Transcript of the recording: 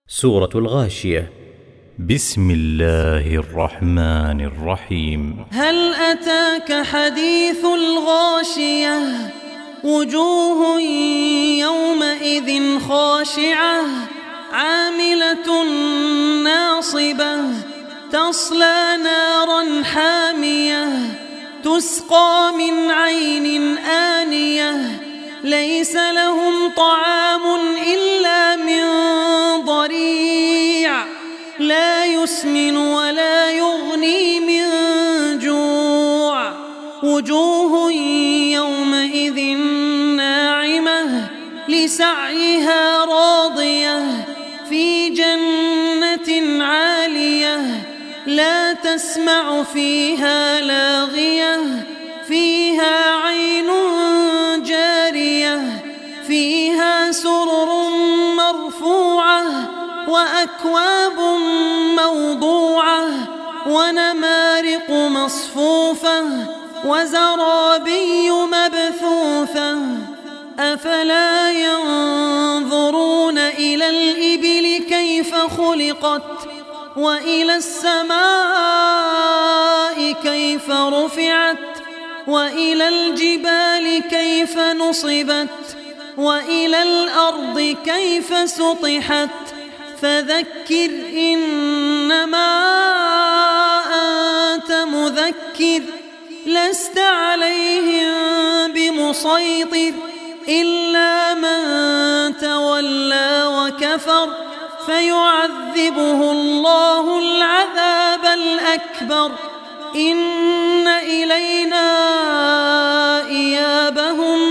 سورة الغاشية. بسم الله الرحمن الرحيم. هل أتاك حديث الغاشية؟ وجوه يومئذ خاشعة عاملة ناصبة تصلى نارا حامية تسقى من عين آنية ليس لهم طعام إلا من ضريع لا يسمن ولا يغني من جوع. وجوه يومئذ ناعمة لسعيها راضية في جنة عالية لا تسمع فيها لاغية فيها عين جارية فيها سرر مرفوعة وأكواب موضوعة ونمارق مصفوفة وزرابي مبثوثة. أفلا ينظرون إلى الإبل كيف خلقت وإلى السماء كيف رفعت وإلى الجبال كيف نصبت وإلى الأرض كيف سطحت. فذكر إنما أنت مذكر لست عليهم بمسيطر إلا من تولى وكفر فيعذبه الله العذاب الأكبر. إن إلينا إيابهم